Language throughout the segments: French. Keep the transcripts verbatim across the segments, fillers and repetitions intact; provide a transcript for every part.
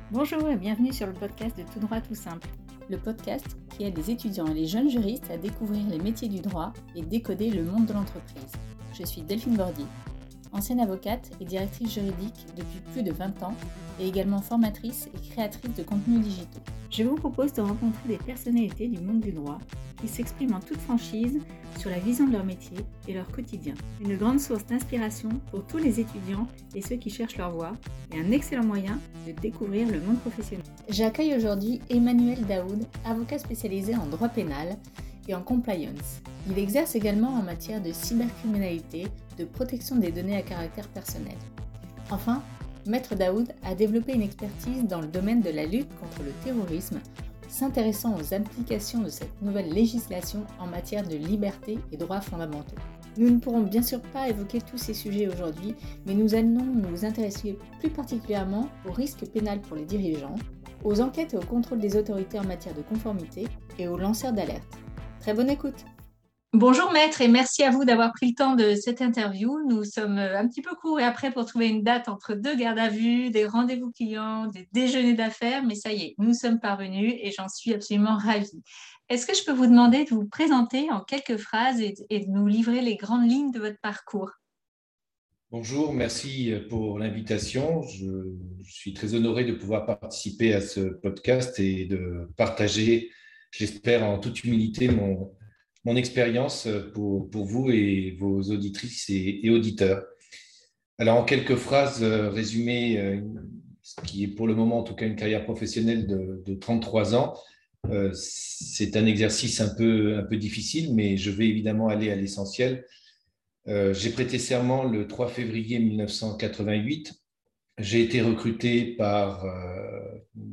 Bonjour et bienvenue sur le podcast de Tout droit tout simple. Le podcast qui aide les étudiants et les jeunes juristes à découvrir les métiers du droit et décoder le monde de l'entreprise. Je suis Delphine Bordy, ancienne avocate et directrice juridique depuis plus de vingt ans et également formatrice et créatrice de contenus digitaux. Je vous propose de rencontrer des personnalités du monde du droit qui s'expriment en toute franchise sur la vision de leur métier et leur quotidien. Une grande source d'inspiration pour tous les étudiants et ceux qui cherchent leur voie et un excellent moyen de découvrir le monde professionnel. J'accueille aujourd'hui Emmanuel Daoud, avocat spécialisé en droit pénal et en compliance. Il exerce également en matière de cybercriminalité, de protection des données à caractère personnel. Enfin, Maître Daoud a développé une expertise dans le domaine de la lutte contre le terrorisme, s'intéressant aux implications de cette nouvelle législation en matière de liberté et droits fondamentaux. Nous ne pourrons bien sûr pas évoquer tous ces sujets aujourd'hui, mais nous allons nous intéresser plus particulièrement au risque pénal pour les dirigeants, aux enquêtes et au contrôle des autorités en matière de conformité et aux lanceurs d'alerte. Très bonne écoute! Bonjour maître et merci à vous d'avoir pris le temps de cette interview. Nous sommes un petit peu courts et après pour trouver une date entre deux gardes à vue, des rendez-vous clients, des déjeuners d'affaires, mais ça y est, nous sommes parvenus et j'en suis absolument ravie. Est-ce que je peux vous demander de vous présenter en quelques phrases et, et de nous livrer les grandes lignes de votre parcours? Bonjour, merci pour l'invitation. Je, je suis très honoré de pouvoir participer à ce podcast et de partager, j'espère en toute humilité, mon, mon expérience pour, pour vous et vos auditrices et, et auditeurs. Alors, en quelques phrases, euh, résumer euh, ce qui est pour le moment, en tout cas, une carrière professionnelle de, de trente-trois ans. Euh, c'est un exercice un peu, un peu difficile, mais je vais évidemment aller à l'essentiel. Euh, j'ai prêté serment le trois février mille neuf cent quatre-vingt-huit. J'ai été recruté par euh,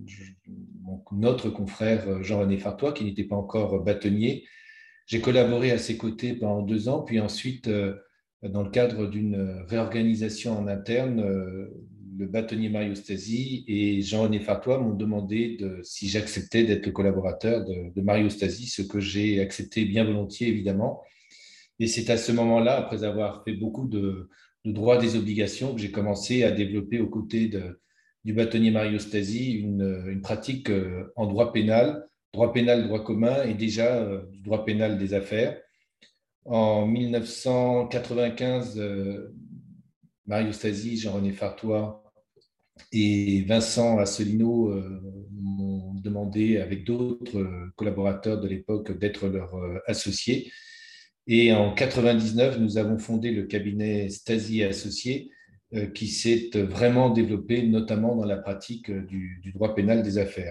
mon, notre confrère Jean-René Fartois, qui n'était pas encore bâtonnier. J'ai collaboré à ses côtés pendant deux ans, puis ensuite, euh, dans le cadre d'une réorganisation en interne, euh, le bâtonnier Mario Stasi et Jean-René Fartois m'ont demandé de, si j'acceptais d'être le collaborateur de, de Mario Stasi, ce que j'ai accepté bien volontiers, évidemment. Et c'est à ce moment-là, après avoir fait beaucoup de, de droits des obligations, que j'ai commencé à développer aux côtés de, du bâtonnier Mario Stasi une, une pratique euh, en droit pénal, droit pénal, droit commun et déjà euh, du droit pénal des affaires. En mille neuf cent quatre-vingt-quinze, euh, Mario Stasi, Jean-René Fartois et Vincent Asselineau euh, m'ont demandé, avec d'autres euh, collaborateurs de l'époque, d'être leur euh, associé. Et en quatre-vingt-dix-neuf, nous avons fondé le cabinet Stasi et Associés, euh, qui s'est vraiment développé, notamment dans la pratique du, du droit pénal des affaires.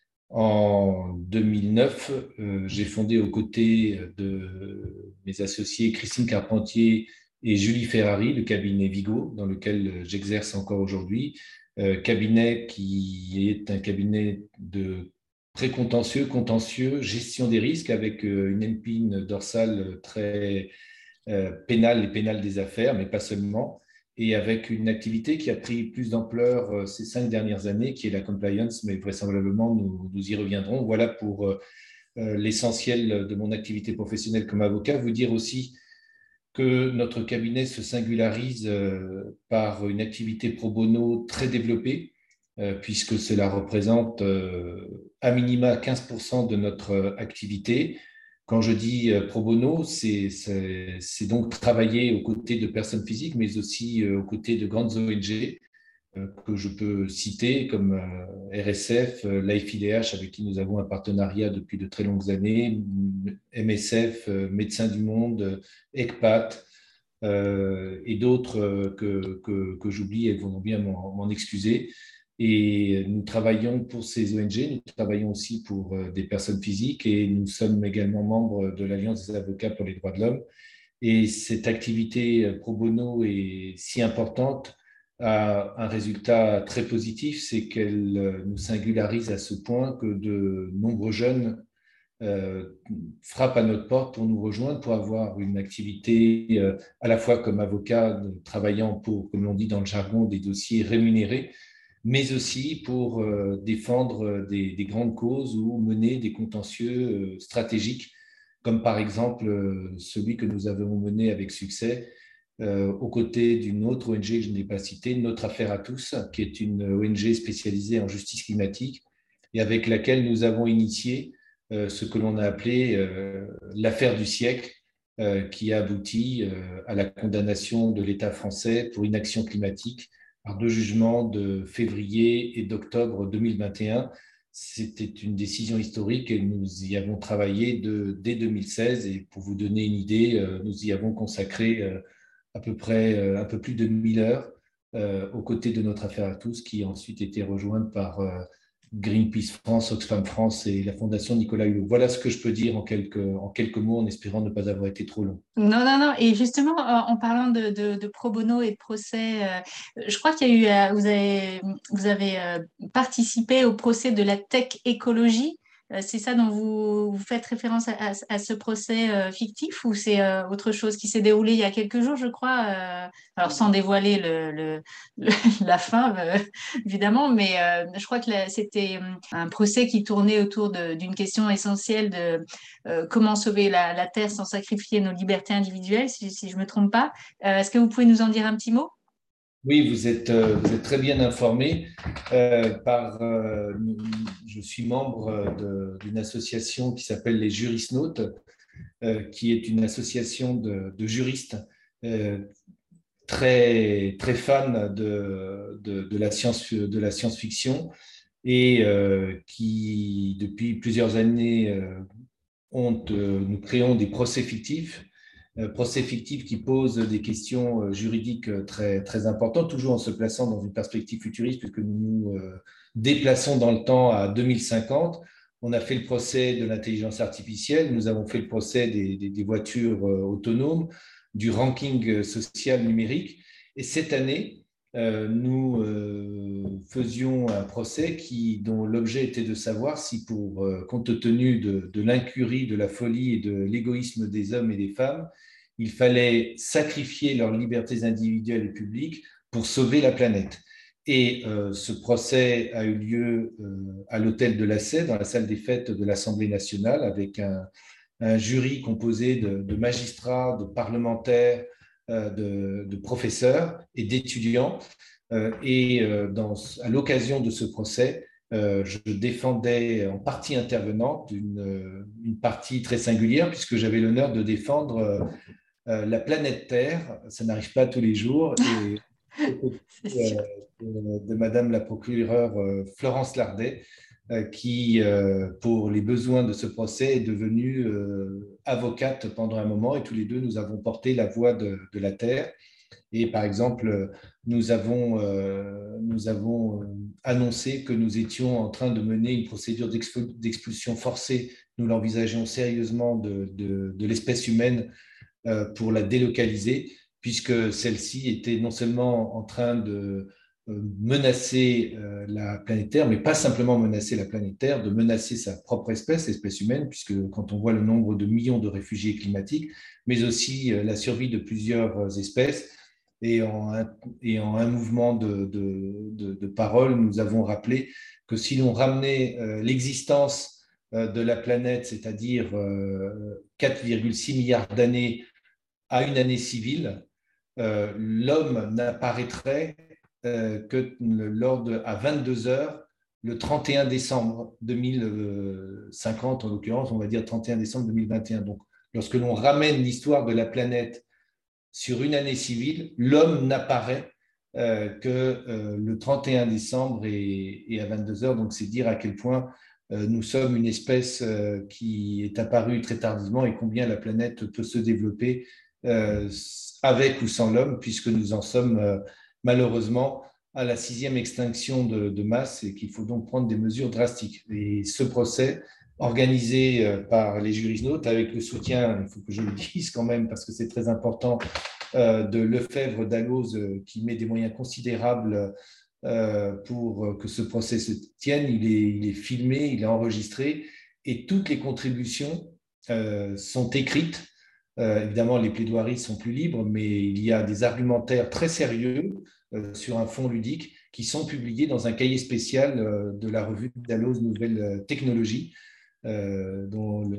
En deux mille neuf, euh, j'ai fondé aux côtés de mes associés Christine Carpentier et Julie Ferrari le cabinet Vigo, dans lequel j'exerce encore aujourd'hui. Euh, cabinet qui est un cabinet de très contentieux, contentieux, gestion des risques avec euh, une épine dorsale très euh, pénale et pénale des affaires, mais pas seulement, et avec une activité qui a pris plus d'ampleur euh, ces cinq dernières années, qui est la compliance, mais vraisemblablement nous, nous y reviendrons. Voilà pour euh, l'essentiel de mon activité professionnelle comme avocat. Vous dire aussi que notre cabinet se singularise euh, par une activité pro bono très développée, euh, puisque cela représente euh, à minima quinze pour cent de notre activité. Quand je dis euh, pro bono, c'est, c'est, c'est donc travailler aux côtés de personnes physiques, mais aussi euh, aux côtés de grandes O N G euh, que je peux citer comme euh, R S F, euh, l'A F I D H avec qui nous avons un partenariat depuis de très longues années, M S F, euh, Médecins du Monde, ECPAT euh, et d'autres euh, que, que, que j'oublie et vont bien m'en, m'en excuser. Et nous travaillons pour ces O N G, nous travaillons aussi pour euh, des personnes physiques et nous sommes également membres de l'Alliance des avocats pour les droits de l'homme. Et cette activité pro bono est si importante, a un résultat très positif, c'est qu'elle nous singularise à ce point que de nombreux jeunes euh, frappent à notre porte pour nous rejoindre, pour avoir une activité euh, à la fois comme avocat, travaillant pour, comme l'on dit dans le jargon, des dossiers rémunérés, mais aussi pour euh, défendre des, des grandes causes ou mener des contentieux euh, stratégiques, comme par exemple euh, celui que nous avons mené avec succès euh, aux côtés d'une autre O N G que je n'ai pas citée, Notre Affaire à tous, qui est une O N G spécialisée en justice climatique et avec laquelle nous avons initié euh, ce que l'on a appelé euh, l'affaire du siècle, euh, qui a abouti euh, à la condamnation de l'État français pour inaction climatique par deux jugements de février et d'octobre deux mille vingt et un. C'était une décision historique et nous y avons travaillé de, dès deux mille seize. Et pour vous donner une idée, euh, nous y avons consacré euh, à peu près euh, un peu plus de mille heures euh, aux côtés de Notre Affaire à tous, qui a ensuite été rejointe par euh, Greenpeace France, Oxfam France et la Fondation Nicolas Hulot. Voilà ce que je peux dire en quelques, en quelques mots, en espérant ne pas avoir été trop long. Non, non, non. Et justement, en en parlant de, de, de pro bono et de procès, euh, je crois qu'il y a eu, euh, vous avez, vous avez euh, participé au procès de la tech écologie. Euh, c'est ça dont vous, vous faites référence à, à- à ce procès euh, fictif ou c'est euh, autre chose qui s'est déroulé il y a quelques jours, je crois. Euh, alors, sans dévoiler le, le- le- la fin, euh, évidemment, mais euh, je crois que là, c'était euh, un procès qui tournait autour de- d'une question essentielle de euh, comment sauver la, la Terre sans sacrifier nos libertés individuelles, si, si je ne me trompe pas. Euh, est-ce que vous pouvez nous en dire un petit mot? Oui, vous êtes, euh, vous êtes très bien informé. Euh, par, euh, je suis membre euh, de- d'une association qui s'appelle les Jurisnautes, euh, qui est une association de, de juristes euh, très, très fans de, de, de la science, de la science-fiction et euh, qui, depuis plusieurs années, euh, ont, euh, nous créons des procès fictifs, euh, procès fictifs qui posent des questions euh, juridiques euh, très, très importantes, toujours en se plaçant dans une perspective futuriste, puisque nous nous euh, déplaçons dans le temps à deux mille cinquante. On a fait le procès de l'intelligence artificielle, nous avons fait le procès des, des, des voitures euh, autonomes, du ranking euh, social numérique. Et cette année, euh, nous euh, faisions un procès qui, dont l'objet était de savoir si, pour, euh, compte tenu de, de l'incurie, de la folie et de l'égoïsme des hommes et des femmes, il fallait sacrifier leurs libertés individuelles et publiques pour sauver la planète. Et euh, ce procès a eu lieu euh, à l'hôtel de la Sey, dans la salle des fêtes de l'Assemblée nationale, avec un, un jury composé de, de magistrats, de parlementaires, euh, de, de professeurs et d'étudiants. Euh, et euh, dans, à l'occasion de ce procès, euh, je défendais en partie intervenante une, une partie très singulière, puisque j'avais l'honneur de défendre euh, la planète Terre. Ça n'arrive pas tous les jours. Et C'est euh, sûr. de, de Madame la procureure euh, Florence Lardet, euh, qui, euh, pour les besoins de ce procès, est devenue euh, avocate pendant un moment. Et tous les deux, nous avons porté la voix de, de la Terre. Et par exemple, nous avons, euh, nous avons euh, annoncé que nous étions en train de mener une procédure d'expulsion forcée. Nous l'envisageons sérieusement de, de, de l'espèce humaine euh, pour la délocaliser, puisque celle-ci était non seulement en train de euh, menacer euh, la planète Terre, mais pas simplement menacer la planète Terre, de menacer sa propre espèce, l'espèce humaine, puisque quand on voit le nombre de millions de réfugiés climatiques, mais aussi euh, la survie de plusieurs espèces, et en un, et en un mouvement de, de, de, de parole, nous avons rappelé que si l'on ramenait euh, l'existence euh, de la planète, c'est-à-dire euh, quatre virgule six milliards d'années à une année civile, euh, l'homme n'apparaîtrait euh, que lors de, à vingt-deux heures le trente et un décembre deux mille cinquante, en l'occurrence, on va dire trente et un décembre deux mille vingt et un. Donc, lorsque l'on ramène l'histoire de la planète sur une année civile, l'homme n'apparaît euh, que euh, le trente et un décembre et, et à vingt-deux heures. Donc, c'est dire à quel point euh, nous sommes une espèce euh, qui est apparue très tardivement et combien la planète peut se développer euh, avec ou sans l'homme, puisque nous en sommes euh, malheureusement à la sixième extinction de, de masse et qu'il faut donc prendre des mesures drastiques. Et ce procès, organisé euh, par les jurisnautes, avec le soutien, il faut que je le dise quand même, parce que c'est très important, euh, de Lefebvre Dalloz, euh, qui met des moyens considérables euh, pour que ce procès se tienne. Il est, il est filmé, il est enregistré, et toutes les contributions euh, sont écrites. Euh, évidemment, les plaidoiries sont plus libres, mais il y a des argumentaires très sérieux euh, sur un fond ludique qui sont publiés dans un cahier spécial euh, de la revue Dalloz Nouvelles Technologies, euh, dont le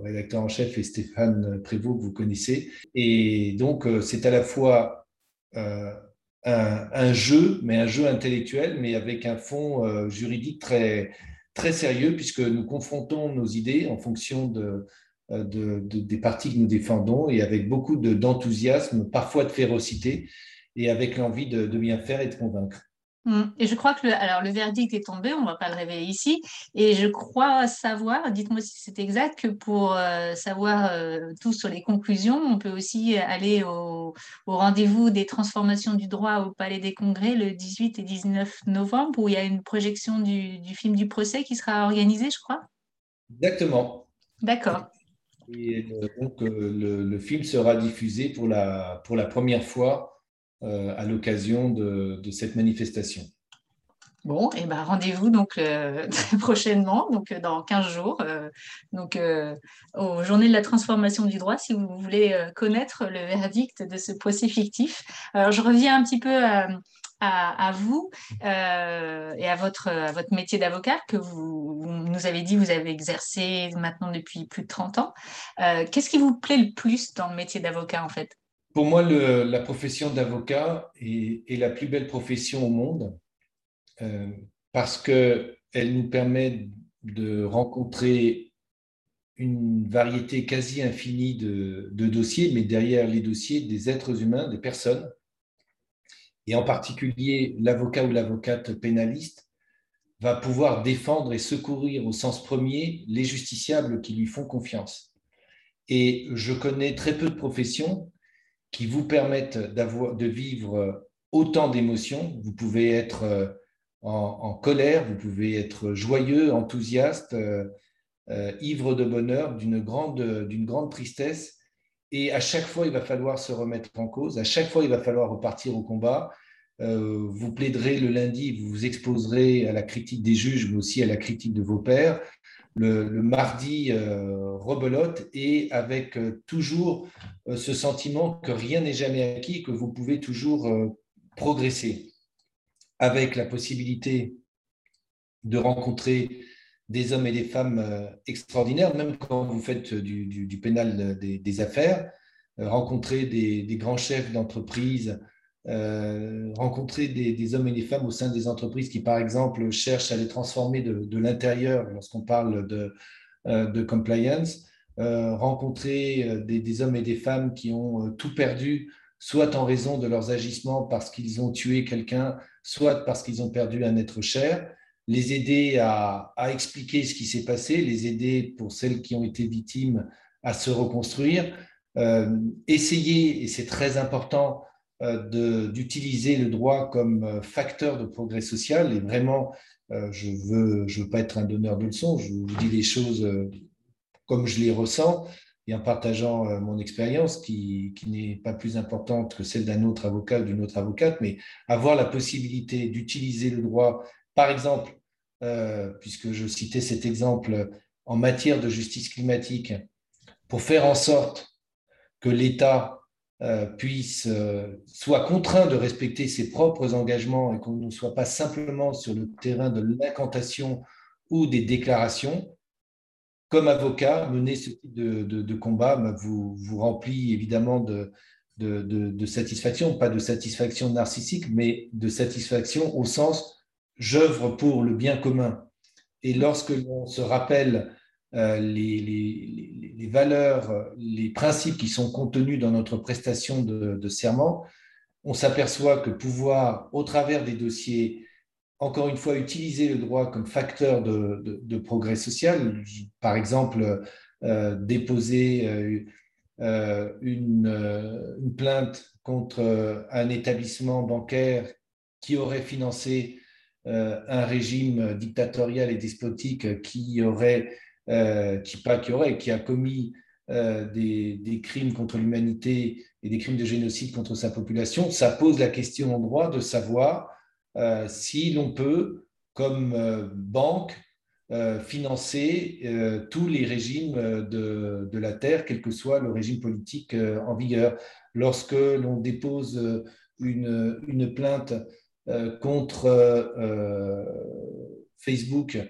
rédacteur en chef, et Stéphane Prévost, que vous connaissez. Et donc, c'est à la fois euh, un, un jeu, mais un jeu intellectuel, mais avec un fond euh, juridique très, très sérieux, puisque nous confrontons nos idées en fonction de, de, de, des partis que nous défendons, et avec beaucoup de, d'enthousiasme, parfois de férocité, et avec l'envie de, de bien faire et de convaincre. Mm. Et je crois que le, alors le verdict est tombé, on ne va pas le révéler ici, et je crois savoir, dites-moi si c'est exact, que pour euh, savoir euh, tout sur les conclusions, on peut aussi aller au, au rendez-vous des transformations du droit au Palais des Congrès le dix-huit et dix-neuf novembre, où il y a une projection du, du film du procès qui sera organisée, je crois. Exactement. D'accord. Et euh, donc, euh, le, le film sera diffusé pour la, pour la première fois euh, à l'occasion de, de cette manifestation. Bon, et ben rendez-vous donc euh, très prochainement, donc euh, dans quinze jours, euh, donc euh, aux Journées de la transformation du droit, si vous voulez euh, connaître le verdict de ce procès fictif. Alors je reviens un petit peu à, à, à vous euh, et à votre, à votre métier d'avocat que vous, vous nous avez dit vous avez exercé maintenant depuis plus de trente ans. Euh, qu'est-ce qui vous plaît le plus dans le métier d'avocat en fait? Pour moi, le, la profession d'avocat est, est la plus belle profession au monde euh, parce qu'elle nous permet de rencontrer une variété quasi infinie de, de dossiers, mais derrière les dossiers, des êtres humains, des personnes, et en particulier l'avocat ou l'avocate pénaliste va pouvoir défendre et secourir au sens premier les justiciables qui lui font confiance. Et je connais très peu de professions qui vous permettent d'avoir, de vivre autant d'émotions. Vous pouvez être en, en colère, vous pouvez être joyeux, enthousiaste, euh, euh, ivre de bonheur, d'une grande, d'une grande tristesse. Et à chaque fois, il va falloir se remettre en cause. À chaque fois, il va falloir repartir au combat. Euh, vous plaiderez le lundi, vous vous exposerez à la critique des juges, mais aussi à la critique de vos pairs. Le, le mardi, euh, rebelote, et avec euh, toujours euh, ce sentiment que rien n'est jamais acquis, que vous pouvez toujours euh, progresser, avec la possibilité de rencontrer des hommes et des femmes euh, extraordinaires, même quand vous faites du, du, du pénal des, des affaires, euh, rencontrer des, des, grands chefs d'entreprise, euh, rencontrer des, des, hommes et des femmes au sein des entreprises qui, par exemple, cherchent à les transformer de, de l'intérieur lorsqu'on parle de, euh, de compliance, euh, rencontrer euh, des, des hommes et des femmes qui ont euh, tout perdu, soit en raison de leurs agissements parce qu'ils ont tué quelqu'un, soit parce qu'ils ont perdu un être cher, les aider à, à expliquer ce qui s'est passé, les aider pour celles qui ont été victimes à se reconstruire, euh, essayer, et c'est très important, euh, de, d'utiliser le droit comme facteur de progrès social. Et vraiment, euh, je ne veux, je veux pas être un donneur de leçons, je vous dis les choses euh, comme je les ressens et en partageant euh, mon expérience qui, qui n'est pas plus importante que celle d'un autre avocat ou d'une autre avocate, mais avoir la possibilité d'utiliser le droit, par exemple, euh, puisque je citais cet exemple en matière de justice climatique, pour faire en sorte que l'État euh, puisse, euh, soit contraint de respecter ses propres engagements et qu'on ne soit pas simplement sur le terrain de l'incantation ou des déclarations. Comme avocat, mener ce type de, de, de combat bah, vous, vous remplit évidemment de, de, de, de satisfaction, pas de satisfaction narcissique, mais de satisfaction au sens j'œuvre pour le bien commun. Et lorsque l'on se rappelle euh, les, les, les, valeurs, les principes qui sont contenus dans notre prestation de, de serment, on s'aperçoit que pouvoir, au travers des dossiers, encore une fois, utiliser le droit comme facteur de, de, de progrès social, par exemple, euh, déposer euh, euh, une, euh, une plainte contre un établissement bancaire qui aurait financé euh, un régime dictatorial et despotique qui aurait, euh, qui pas qui aurait, qui a commis euh, des, des crimes contre l'humanité et des crimes de génocide contre sa population, ça pose la question en droit de savoir euh, si l'on peut, comme euh, banque, euh, financer euh, tous les régimes de, de la Terre, quel que soit le régime politique euh, en vigueur. Lorsque l'on dépose une, une plainte euh, contre euh, Facebook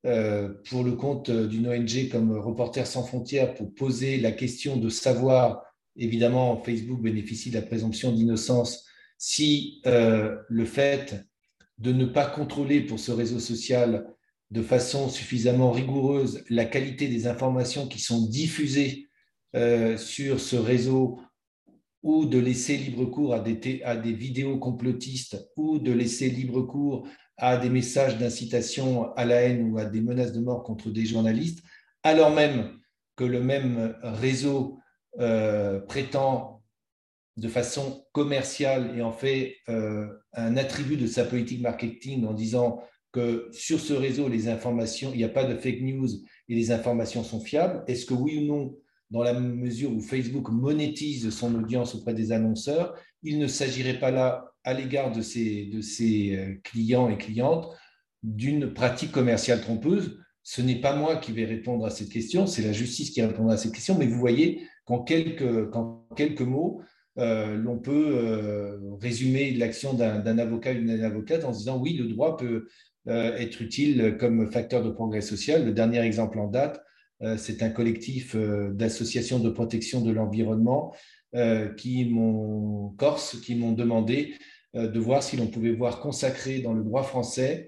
euh, pour le compte d'une O N G comme Reporters sans frontières pour poser la question de savoir, évidemment, Facebook bénéficie de la présomption d'innocence, si euh, le fait de ne pas contrôler pour ce réseau social de façon suffisamment rigoureuse la qualité des informations qui sont diffusées euh, sur ce réseau, ou de laisser libre cours à des, à des vidéos complotistes, ou de laisser libre cours à des messages d'incitation à la haine ou à des menaces de mort contre des journalistes, alors même que le même réseau euh, prétend de façon commerciale et en fait euh, un attribut de sa politique marketing en disant que sur ce réseau, les informations, il n'y a pas de fake news et les informations sont fiables. Est-ce que oui ou non, dans la mesure où Facebook monétise son audience auprès des annonceurs, il ne s'agirait pas là, à l'égard de ses, de ses clients et clientes, d'une pratique commerciale trompeuse? Ce n'est pas moi qui vais répondre à cette question, c'est la justice qui répondra à cette question, mais vous voyez qu'en quelques, qu'en quelques mots, euh, l'on peut euh, résumer l'action d'un, d'un avocat ou d'une avocate en se disant oui, le droit peut euh, être utile comme facteur de progrès social. Le dernier exemple en date, euh, c'est un collectif euh, d'associations de protection de l'environnement euh, qui m'ont, corse, qui m'ont demandé euh, de voir si l'on pouvait voir consacré dans le droit français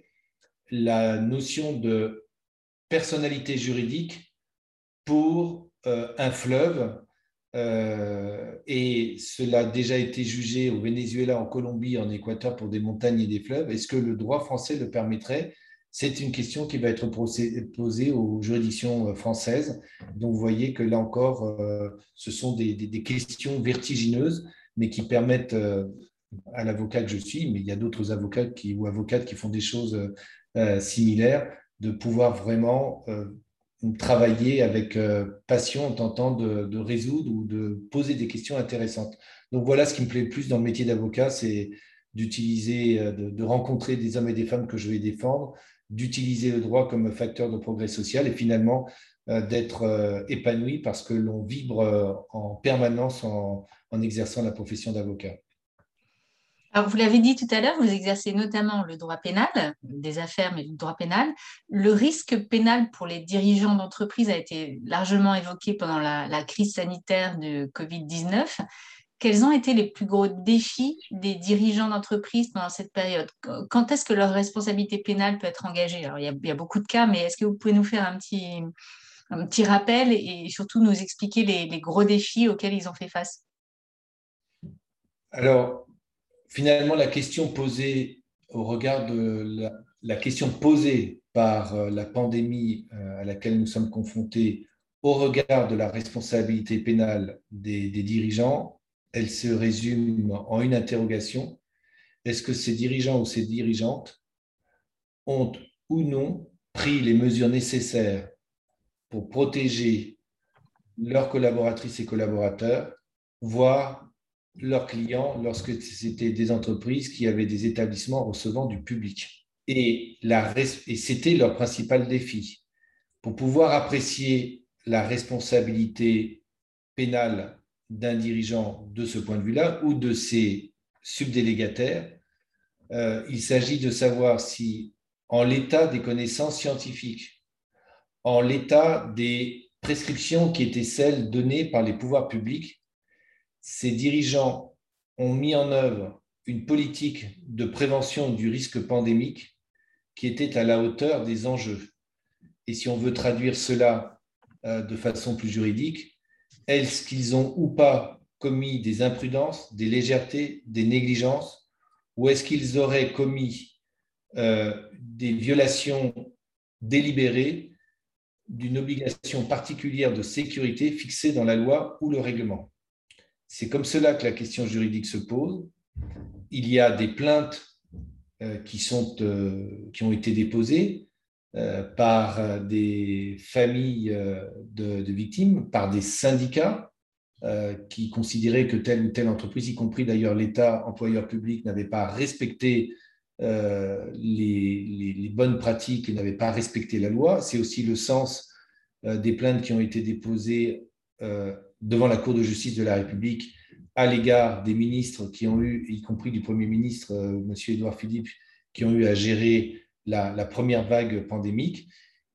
la notion de personnalité juridique pour euh, un fleuve. Euh, et cela a déjà été jugé au Venezuela, en Colombie, en Équateur pour des montagnes et des fleuves. Est-ce que le droit français le permettrait? C'est une question qui va être posée aux juridictions françaises. Donc, vous voyez que là encore, euh, ce sont des, des, des questions vertigineuses, mais qui permettent euh, à l'avocat que je suis, mais il y a d'autres avocats qui, ou avocates qui font des choses euh, similaires, de pouvoir vraiment euh, travailler avec euh, passion en tentant de, de résoudre ou de poser des questions intéressantes. Donc voilà ce qui me plaît le plus dans le métier d'avocat, c'est d'utiliser, euh, de, de rencontrer des hommes et des femmes que je vais défendre, d'utiliser le droit comme facteur de progrès social et finalement euh, d'être euh, épanoui parce que l'on vibre euh, en permanence en, en exerçant la profession d'avocat. Alors, vous l'avez dit tout à l'heure, vous exercez notamment le droit pénal, des affaires, mais le droit pénal. Le risque pénal pour les dirigeants d'entreprise a été largement évoqué pendant la, la crise sanitaire de covid dix-neuf. Quels ont été les plus gros défis des dirigeants d'entreprise pendant cette période? Quand est-ce que leur responsabilité pénale peut être engagée? Alors, il y a, il y a beaucoup de cas, mais est-ce que vous pouvez nous faire un petit, un petit rappel et surtout nous expliquer les, les gros défis auxquels ils ont fait face? Alors, finalement, la question posée au regard de la, la question posée par euh, la pandémie euh, à laquelle nous sommes confrontés, au regard de la responsabilité pénale des, des dirigeants, elle se résume en une interrogation. Est-ce que ces dirigeants ou ces dirigeantes ont ou non pris les mesures nécessaires pour protéger leurs collaboratrices et collaborateurs, voire leurs clients lorsque c'était des entreprises qui avaient des établissements recevant du public. Et, la, et c'était leur principal défi. Pour pouvoir apprécier la responsabilité pénale d'un dirigeant de ce point de vue-là ou de ses subdélégataires, euh, il s'agit de savoir si, en l'état des connaissances scientifiques, en l'état des prescriptions qui étaient celles données par les pouvoirs publics, ces dirigeants ont mis en œuvre une politique de prévention du risque pandémique qui était à la hauteur des enjeux. Et si on veut traduire cela euh, de façon plus juridique, est-ce qu'ils ont ou pas commis des imprudences, des légèretés, des négligences, ou est-ce qu'ils auraient commis euh, des violations délibérées d'une obligation particulière de sécurité fixée dans la loi ou le règlement? C'est comme cela que la question juridique se pose. Il y a des plaintes euh, qui, sont, euh, qui ont été déposées euh, par des familles euh, de, de victimes, par des syndicats euh, qui considéraient que telle ou telle entreprise, y compris d'ailleurs l'État employeur public, n'avait pas respecté euh, les, les, les bonnes pratiques et n'avait pas respecté la loi. C'est aussi le sens euh, des plaintes qui ont été déposées euh, devant la Cour de justice de la République à l'égard des ministres qui ont eu, y compris du Premier ministre, euh, M. Édouard Philippe, qui ont eu à gérer la, la première vague pandémique.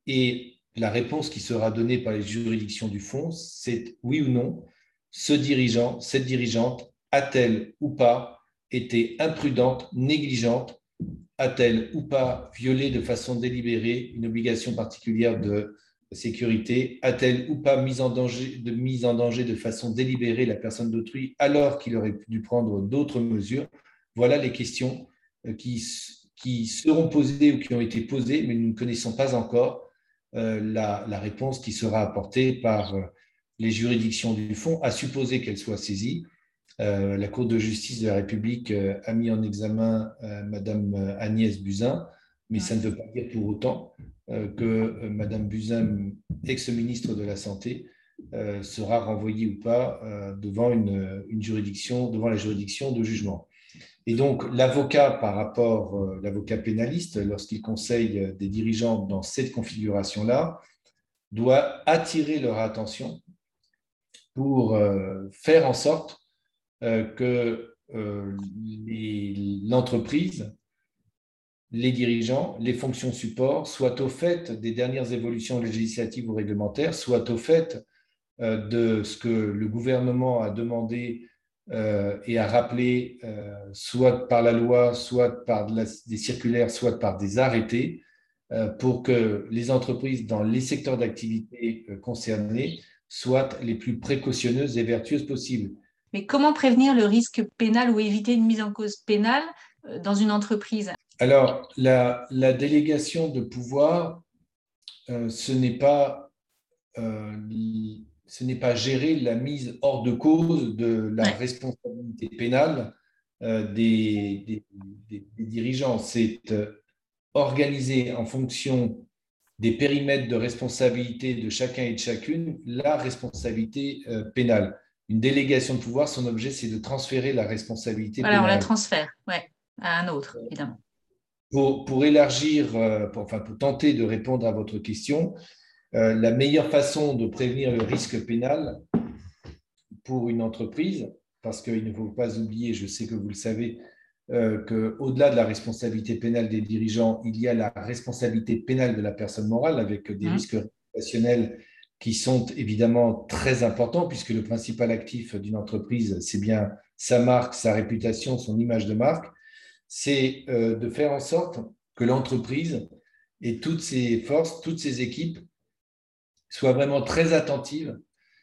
Et la réponse qui sera donnée par les juridictions du fond, c'est oui ou non, ce dirigeant, cette dirigeante, a-t-elle ou pas été imprudente, négligente, a-t-elle ou pas violé de façon délibérée une obligation particulière de sécurité, a-t-elle ou pas mis en danger de, mise en danger de façon délibérée la personne d'autrui alors qu'il aurait dû prendre d'autres mesures. Voilà les questions qui, qui seront posées ou qui ont été posées, mais nous ne connaissons pas encore euh, la, la réponse qui sera apportée par les juridictions du fond, à supposer qu'elles soient saisies. Euh, la Cour de justice de la République euh, a mis en examen euh, Madame Agnès Buzyn, mais ça ne veut pas dire pour autant euh, que euh, Madame Buzyn, ex-ministre de la Santé, euh, sera renvoyée ou pas euh, devant une, une juridiction, devant la juridiction de jugement. Et donc, l'avocat, par rapport, euh, l'avocat pénaliste, lorsqu'il conseille des dirigeants dans cette configuration-là, doit attirer leur attention pour euh, faire en sorte Euh, que euh, les, l'entreprise, les dirigeants, les fonctions support soient au fait des dernières évolutions législatives ou réglementaires, soient au fait euh, de ce que le gouvernement a demandé euh, et a rappelé, euh, soit par la loi, soit par de la, des circulaires, soit par des arrêtés, euh, pour que les entreprises dans les secteurs d'activité euh, concernés soient les plus précautionneuses et vertueuses possibles. Mais comment prévenir le risque pénal ou éviter une mise en cause pénale euh, dans une entreprise? Alors, la, la délégation de pouvoir, euh, ce n'est pas, euh, ce n'est pas gérer la mise hors de cause de la Ouais. responsabilité pénale euh, des, des, des, des dirigeants. C'est euh, organiser en fonction des périmètres de responsabilité de chacun et de chacune la responsabilité euh, pénale. Une délégation de pouvoir, son objet, c'est de transférer la responsabilité Voilà, on la pénale. transfère, ouais, à un autre, évidemment. Pour, pour élargir, euh, pour, enfin, pour tenter de répondre à votre question, euh, la meilleure façon de prévenir le risque pénal pour une entreprise, parce qu'il ne faut pas oublier, je sais que vous le savez, euh, qu'au-delà de la responsabilité pénale des dirigeants, il y a la responsabilité pénale de la personne morale avec des Mmh. risques réputationnels qui sont évidemment très importants, puisque le principal actif d'une entreprise, c'est bien sa marque, sa réputation, son image de marque. C'est euh, de faire en sorte que l'entreprise et toutes ses forces, toutes ses équipes soient vraiment très attentives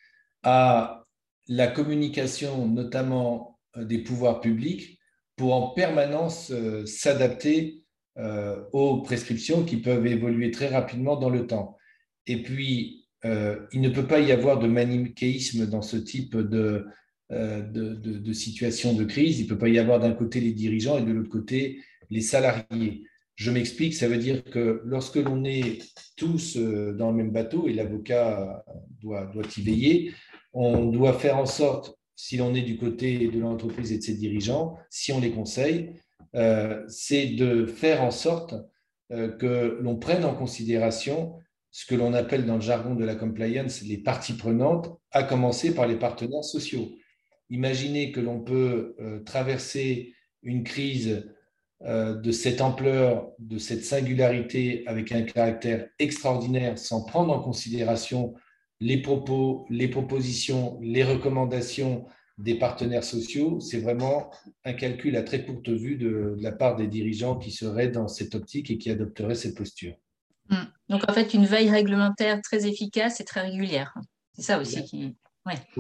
à la communication, notamment euh, des pouvoirs publics, pour en permanence euh, s'adapter euh, aux prescriptions qui peuvent évoluer très rapidement dans le temps. Et puis, euh, il ne peut pas y avoir de manichéisme dans ce type de, euh, de, de, de situation de crise. Il ne peut pas y avoir d'un côté les dirigeants et de l'autre côté les salariés. Je m'explique, ça veut dire que lorsque l'on est tous dans le même bateau, et l'avocat doit, doit y veiller, on doit faire en sorte, si l'on est du côté de l'entreprise et de ses dirigeants, si on les conseille, euh, c'est de faire en sorte euh, que l'on prenne en considération ce que l'on appelle dans le jargon de la compliance les parties prenantes, à commencer par les partenaires sociaux. Imaginez que l'on peut euh, traverser une crise euh, de cette ampleur, de cette singularité avec un caractère extraordinaire sans prendre en considération les propos, les propositions, les recommandations des partenaires sociaux. C'est vraiment un calcul à très courte vue de, de la part des dirigeants qui seraient dans cette optique et qui adopteraient cette posture. Mmh. Donc, en fait, une veille réglementaire très efficace et très régulière. C'est ça aussi qui... Ouais. Oui.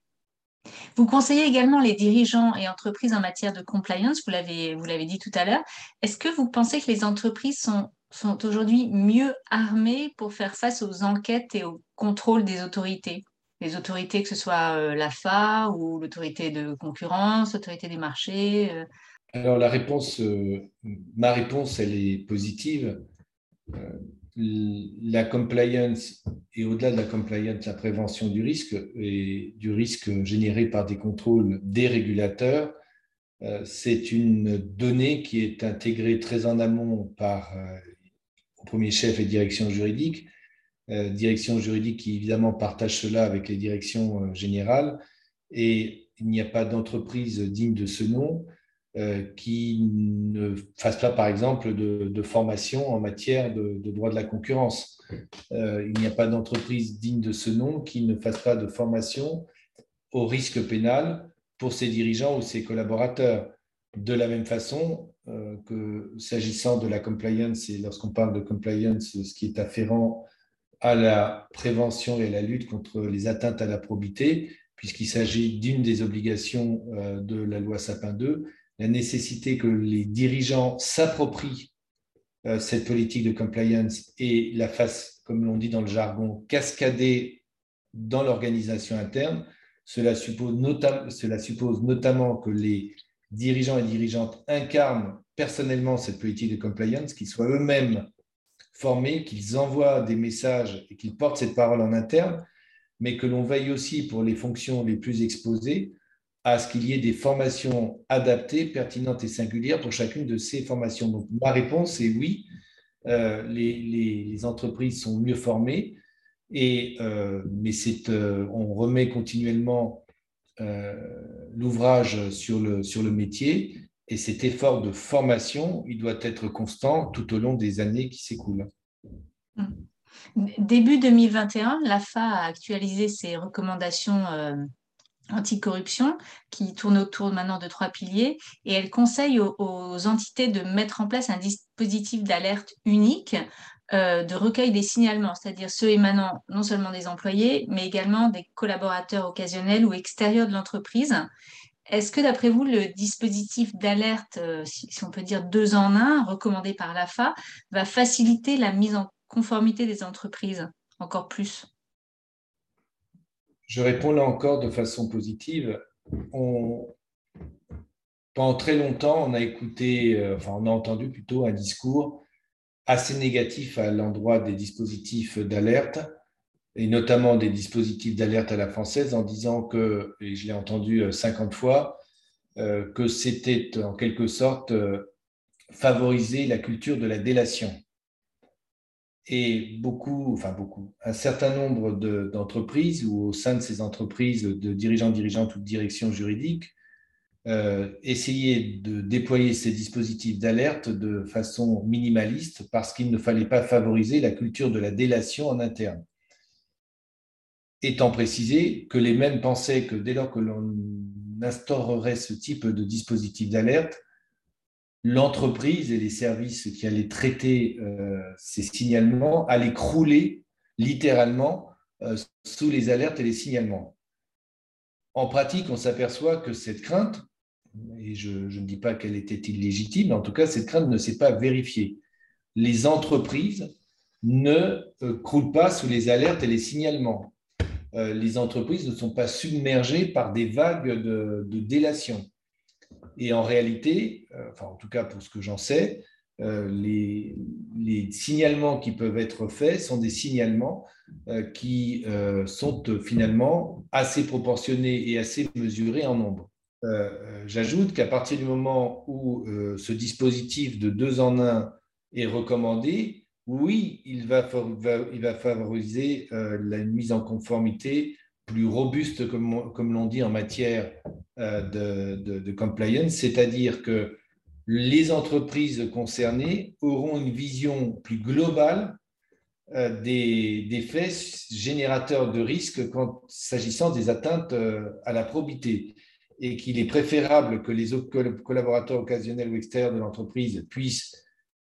Vous conseillez également les dirigeants et entreprises en matière de compliance, vous l'avez, vous l'avez dit tout à l'heure. Est-ce que vous pensez que les entreprises sont, sont aujourd'hui mieux armées pour faire face aux enquêtes et au contrôle des autorités? Les autorités, que ce soit euh, l'A F A ou l'autorité de concurrence, l'autorité des marchés euh... Alors, la réponse, euh, ma réponse, elle est positive. Euh, la compliance et au-delà de la compliance, la prévention du risque et du risque généré par des contrôles des régulateurs, euh, c'est une donnée qui est intégrée très en amont par, euh, au premier chef, les directions juridiques, euh, directions juridiques qui évidemment partagent cela avec les directions euh, générales, et il n'y a pas d'entreprise digne de ce nom euh, qui ne fassent pas, par exemple, de, de formation en matière de, de droit de la concurrence. Euh, il n'y a pas d'entreprise digne de ce nom qui ne fasse pas de formation au risque pénal pour ses dirigeants ou ses collaborateurs. De la même façon euh, que s'agissant de la compliance, et lorsqu'on parle de compliance, ce qui est afférent à la prévention et à la lutte contre les atteintes à la probité, puisqu'il s'agit d'une des obligations euh, de la loi Sapin deux, la nécessité que les dirigeants s'approprient euh, cette politique de compliance et la fassent, comme l'on dit dans le jargon, cascader dans l'organisation interne. Cela suppose, notam- cela suppose notamment que les dirigeants et dirigeantes incarnent personnellement cette politique de compliance, qu'ils soient eux-mêmes formés, qu'ils envoient des messages et qu'ils portent cette parole en interne, mais que l'on veille aussi pour les fonctions les plus exposées à ce qu'il y ait des formations adaptées, pertinentes et singulières pour chacune de ces formations. Donc, ma réponse est oui, euh, les, les, les entreprises sont mieux formées, et, euh, mais c'est, euh, on remet continuellement euh, l'ouvrage sur le, sur le métier, et cet effort de formation, il doit être constant tout au long des années qui s'écoulent. Début deux mille vingt et un, l'A F A a actualisé ses recommandations euh, anticorruption qui tournent autour maintenant de trois piliers, et elle conseille aux, aux entités de mettre en place un dispositif d'alerte unique euh, de recueil des signalements, c'est-à-dire ceux émanant non seulement des employés, mais également des collaborateurs occasionnels ou extérieurs de l'entreprise. Est-ce que, d'après vous, le dispositif d'alerte, euh, si, si on peut dire deux en un, recommandé par l'A F A, va faciliter la mise en conformité des entreprises encore plus? Je réponds là encore de façon positive. On, pendant très longtemps, on a écouté, euh, enfin, on a entendu plutôt un discours assez négatif à l'endroit des dispositifs d'alerte, et notamment des dispositifs d'alerte à la française, en disant que, et je l'ai entendu cinquante fois, euh, que c'était en quelque sorte euh, favoriser la culture de la délation. Et beaucoup, enfin beaucoup, un certain nombre de, d'entreprises ou au sein de ces entreprises, de dirigeants, dirigeantes ou de directions juridiques, euh, essayer de déployer ces dispositifs d'alerte de façon minimaliste parce qu'il ne fallait pas favoriser la culture de la délation en interne. Étant précisé que les mêmes pensaient que dès lors que l'on instaurerait ce type de dispositif d'alerte, l'entreprise et les services qui allaient traiter euh, ces signalements allaient crouler littéralement euh, sous les alertes et les signalements. En pratique, on s'aperçoit que cette crainte, et je, je ne dis pas qu'elle était illégitime, mais en tout cas, cette crainte ne s'est pas vérifiée. Les entreprises ne euh, croulent pas sous les alertes et les signalements. Euh, les entreprises ne sont pas submergées par des vagues de, de délation. Et en réalité, euh, enfin en tout cas pour ce que j'en sais, euh, les, les signalements qui peuvent être faits sont des signalements euh, qui euh, sont euh, finalement assez proportionnés et assez mesurés en nombre. Euh, j'ajoute qu'à partir du moment où euh, ce dispositif de deux en un est recommandé, oui, il va, va, il va favoriser euh, la mise en conformité plus robuste, comme, comme l'on dit en matière euh, de, de, de compliance, c'est-à-dire que les entreprises concernées auront une vision plus globale euh, des, des faits générateurs de risques quand s'agissant des atteintes euh, à la probité, et qu'il est préférable que les collaborateurs occasionnels ou extérieurs de l'entreprise puissent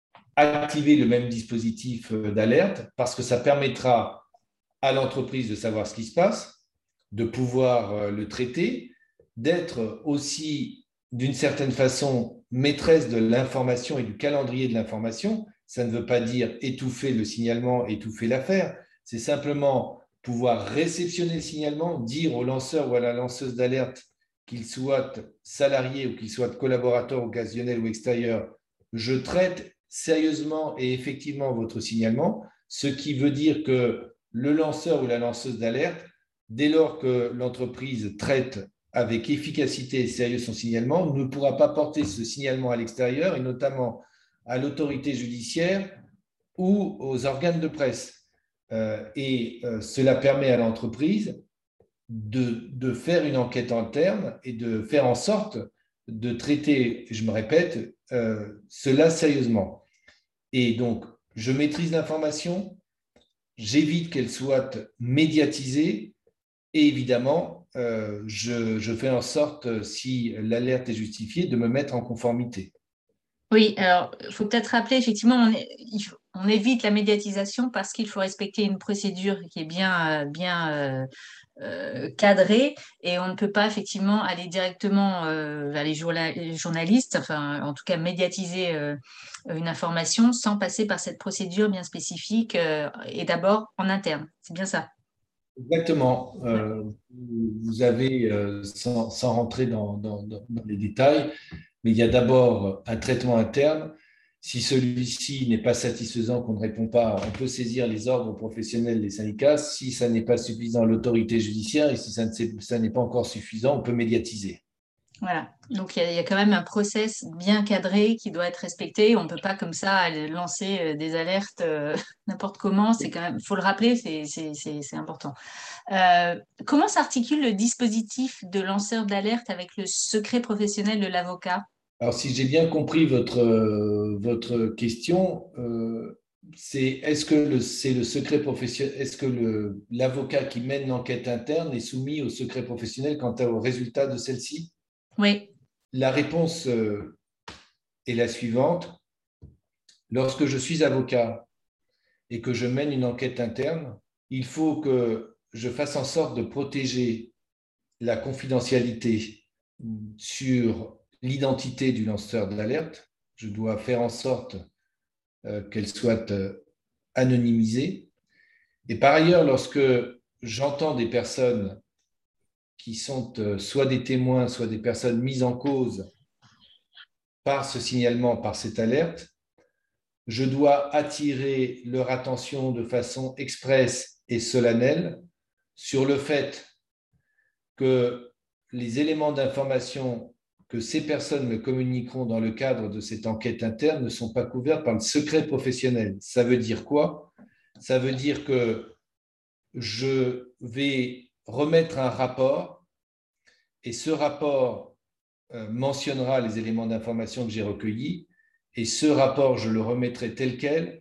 activer le même dispositif d'alerte parce que ça permettra à l'entreprise de savoir ce qui se passe, de pouvoir le traiter, d'être aussi d'une certaine façon maîtresse de l'information et du calendrier de l'information. Ça ne veut pas dire étouffer le signalement, étouffer l'affaire, c'est simplement pouvoir réceptionner le signalement, dire au lanceur ou à la lanceuse d'alerte, qu'il soit salarié ou qu'il soit collaborateur occasionnel ou extérieur, je traite sérieusement et effectivement votre signalement, ce qui veut dire que le lanceur ou la lanceuse d'alerte, dès lors que l'entreprise traite avec efficacité et sérieux son signalement, ne pourra pas porter ce signalement à l'extérieur, et notamment à l'autorité judiciaire ou aux organes de presse. Euh, et euh, cela permet à l'entreprise de, de faire une enquête interne et de faire en sorte de traiter, je me répète, euh, cela sérieusement. Et donc, je maîtrise l'information, j'évite qu'elle soit médiatisée et évidemment, euh, je, je fais en sorte, si l'alerte est justifiée, de me mettre en conformité. Oui, alors il faut peut-être rappeler, effectivement, on, est- il faut- on évite la médiatisation parce qu'il faut respecter une procédure qui est bien, euh, bien euh, euh, cadrée et on ne peut pas effectivement aller directement euh, vers les, journa- les journalistes, enfin en tout cas médiatiser euh, une information sans passer par cette procédure bien spécifique euh, et d'abord en interne. C'est bien ça. Exactement. Ouais. Euh, vous avez, euh, sans, sans rentrer dans, dans, dans dans les détails, mais il y a d'abord un traitement interne. Si celui-ci n'est pas satisfaisant, qu'on ne répond pas, on peut saisir les ordres professionnels des syndicats. Si ça n'est pas suffisant, l'autorité judiciaire. Et si ça ne s'est- ça n'est pas encore suffisant, on peut médiatiser. Voilà. Donc il y, a il y a quand même un process bien cadré qui doit être respecté. On ne peut pas comme ça aller lancer euh, des alertes euh, n'importe comment. C'est quand même, faut le rappeler, c'est c'est- c'est- c'est important. Euh, comment s'articule le dispositif de lanceur d'alerte avec le secret professionnel de l'avocat? Alors, si j'ai bien compris votre, euh, votre question, euh, c'est est-ce que le, c'est le secret professionnel, est-ce que le, l'avocat qui mène l'enquête interne est soumis au secret professionnel quant au résultat de celle-ci? Oui, La réponse euh, est la suivante. Lorsque je suis avocat et que je mène une enquête interne, il faut que je fasse en sorte de protéger la confidentialité sur l'identité du lanceur d'alerte. Je dois faire en sorte euh, qu'elle soit euh, anonymisée. Et par ailleurs, lorsque j'entends des personnes qui sont euh, soit des témoins, soit des personnes mises en cause par ce signalement, par cette alerte, je dois attirer leur attention de façon expresse et solennelle sur le fait que les éléments d'information que ces personnes me communiqueront dans le cadre de cette enquête interne ne sont pas couverts par le secret professionnel. Ça veut dire quoi? Ça veut dire que je vais remettre un rapport et ce rapport euh, mentionnera les éléments d'information que j'ai recueillis et ce rapport, je le remettrai tel quel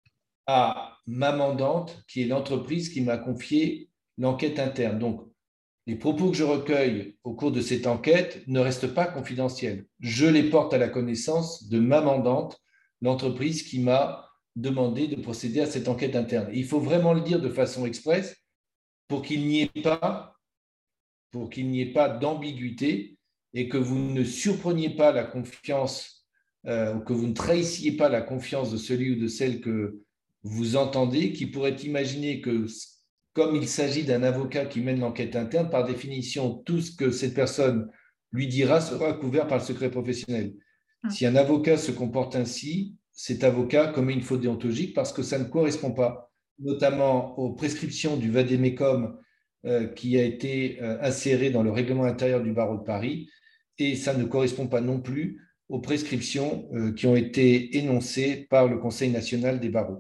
à ma mandante, qui est l'entreprise qui m'a confié l'enquête interne. Donc, les propos que je recueille au cours de cette enquête ne restent pas confidentiels. Je les porte à la connaissance de ma mandante, l'entreprise qui m'a demandé de procéder à cette enquête interne. Et il faut vraiment le dire de façon expresse pour qu'il n'y ait pas, pour qu'il n'y ait pas d'ambiguïté et que vous ne surpreniez pas la confiance, euh, ou que vous ne trahissiez pas la confiance de celui ou de celle que vous entendez, qui pourrait imaginer que, comme il s'agit d'un avocat qui mène l'enquête interne, par définition, tout ce que cette personne lui dira sera couvert par le secret professionnel. Si un avocat se comporte ainsi, cet avocat commet une faute déontologique parce que ça ne correspond pas, notamment aux prescriptions du vade-mecum euh, qui a été euh, inséré dans le règlement intérieur du barreau de Paris, et ça ne correspond pas non plus aux prescriptions euh, qui ont été énoncées par le Conseil national des barreaux.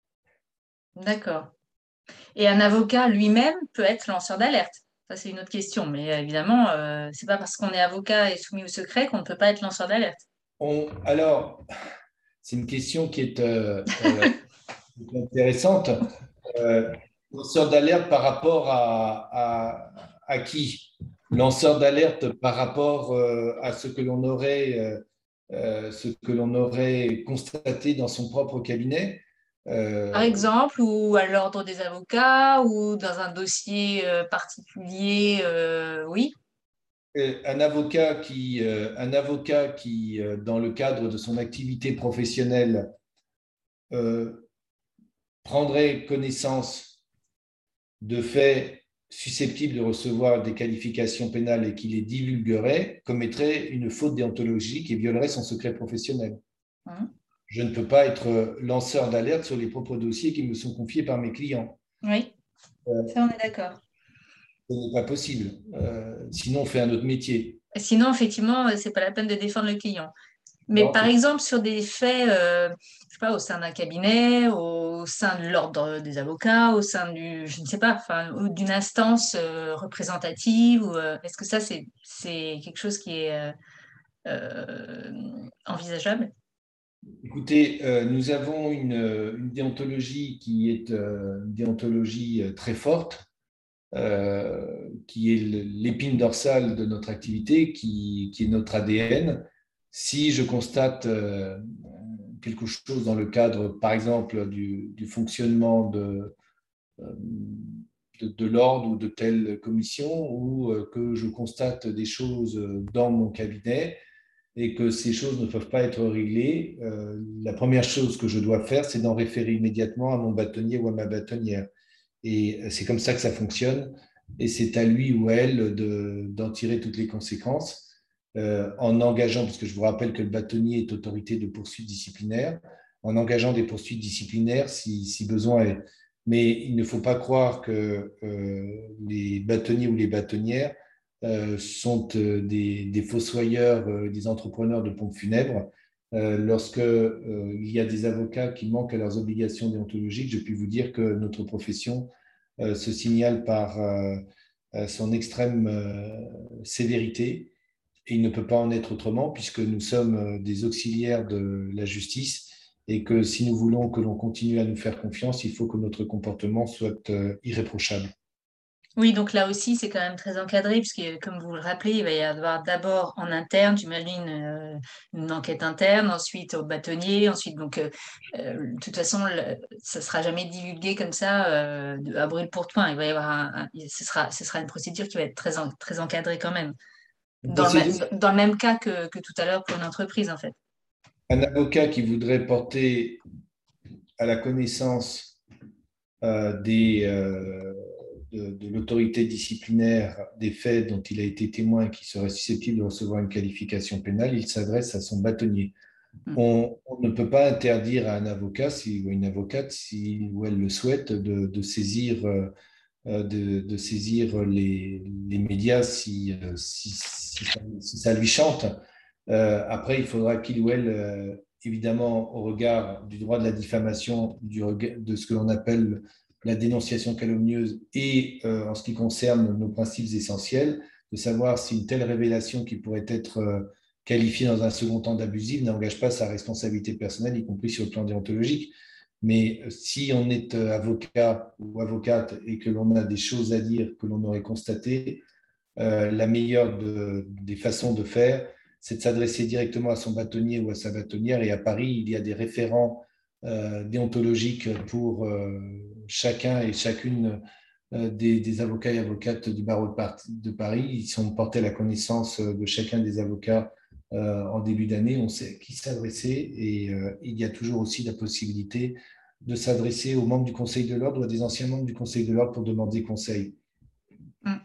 d'accord. Et un avocat lui-même peut être lanceur d'alerte. Ça, c'est une autre question. Mais euh, évidemment, euh, c'est pas parce qu'on est avocat et soumis au secret qu'on ne peut pas être lanceur d'alerte. On, alors, c'est une question qui est euh, euh, intéressante. Euh, lanceur d'alerte par rapport à, à, à qui? Lanceur d'alerte par rapport euh, à ce que l'on aurait, euh, euh, ce que l'on aurait constaté dans son propre cabinet. Par Euh, exemple, ou à l'ordre des avocats, ou dans un dossier euh, particulier, euh, oui. un avocat qui, euh, un avocat qui euh, dans le cadre de son activité professionnelle, euh, prendrait connaissance de faits susceptibles de recevoir des qualifications pénales et qui les divulguerait, commettrait une faute déontologique et violerait son secret professionnel. Hein. Je ne peux pas être lanceur d'alerte sur les propres dossiers qui me sont confiés par mes clients. Oui, Euh, ça on est d'accord. ce n'est pas possible. Euh, sinon, on fait un autre métier. Sinon, effectivement, euh, c'est pas la peine de défendre le client. Mais Non, par c'est exemple, sur des faits, euh, je sais pas, au sein d'un cabinet, au sein de l'ordre des avocats, au sein du, je ne sais pas, enfin, ou d'une instance euh, représentative, ou euh, est-ce que ça, c'est, c'est quelque chose qui est, euh, euh, envisageable? Écoutez, euh, nous avons une, une déontologie qui est euh, une déontologie très forte, euh, qui est l'épine dorsale de notre activité, qui, qui est notre A D N. Si je constate euh, quelque chose dans le cadre, par exemple, du, du fonctionnement de, de, de l'ordre ou de telle commission, ou euh, que je constate des choses dans mon cabinet, et que ces choses ne peuvent pas être réglées, euh, la première chose que je dois faire, c'est d'en référer immédiatement à mon bâtonnier ou à ma bâtonnière. Et c'est comme ça que ça fonctionne. Et c'est à lui ou elle de, d'en tirer toutes les conséquences euh, en engageant, parce que je vous rappelle que le bâtonnier est autorité de poursuite disciplinaire, en engageant des poursuites disciplinaires si, si besoin est. Mais il ne faut pas croire que euh, les bâtonniers ou les bâtonnières euh, sont euh, des, des fossoyeurs, euh, des entrepreneurs de pompes funèbres. Euh, lorsque euh, il y a des avocats qui manquent à leurs obligations déontologiques, je puis vous dire que notre profession euh, se signale par euh, son extrême euh, sévérité, et il ne peut pas en être autrement puisque nous sommes des auxiliaires de la justice, et que si nous voulons que l'on continue à nous faire confiance, il faut que notre comportement soit euh, irréprochable. Oui, donc là aussi, c'est quand même très encadré, puisque comme vous le rappelez, il va y avoir d'abord en interne, j'imagine, euh, une enquête interne, ensuite au bâtonnier, ensuite, donc, euh, euh, de toute façon, le- ça ne sera jamais divulgué comme ça, euh, de- à brûle pour point. Il va y avoir un, un- ce sera, ce sera une procédure qui va être très, en- très encadrée quand même, Une dans le, procédure, ma- dans le même cas que, que tout à l'heure pour une entreprise, en fait. un avocat qui voudrait porter à la connaissance euh, des, euh, de, de l'autorité disciplinaire des faits dont il a été témoin, qui serait susceptible de recevoir une qualification pénale, il s'adresse à son bâtonnier. Mm. On, on ne peut pas interdire à un avocat si, ou à une avocate, si ou elle le souhaite, de, de saisir, euh, de, de saisir les, les médias si, euh, si, si, ça, si ça lui chante. Euh, après, il faudra qu'il ou elle, euh, évidemment, au regard du droit de la diffamation, du regard, de ce que l'on appelle la dénonciation calomnieuse, et euh, en ce qui concerne nos principes essentiels, de savoir si une telle révélation qui pourrait être euh, qualifiée dans un second temps d'abusive n'engage pas sa responsabilité personnelle, y compris sur le plan déontologique. Mais si on est euh, avocat ou avocate et que l'on a des choses à dire que l'on aurait constatées, euh, la meilleure de, des façons de faire, c'est de s'adresser directement à son bâtonnier ou à sa bâtonnière. Et à Paris, il y a des référents euh, déontologiques pour euh, chacun et chacune euh, des, des avocats et avocates du barreau de, Par- de Paris. Ils sont portés à la connaissance de chacun des avocats euh, en début d'année. On sait à qui s'adresser, et euh, il y a toujours aussi la possibilité de s'adresser aux membres du Conseil de l'ordre ou à des anciens membres du Conseil de l'ordre pour demander conseil. Mm.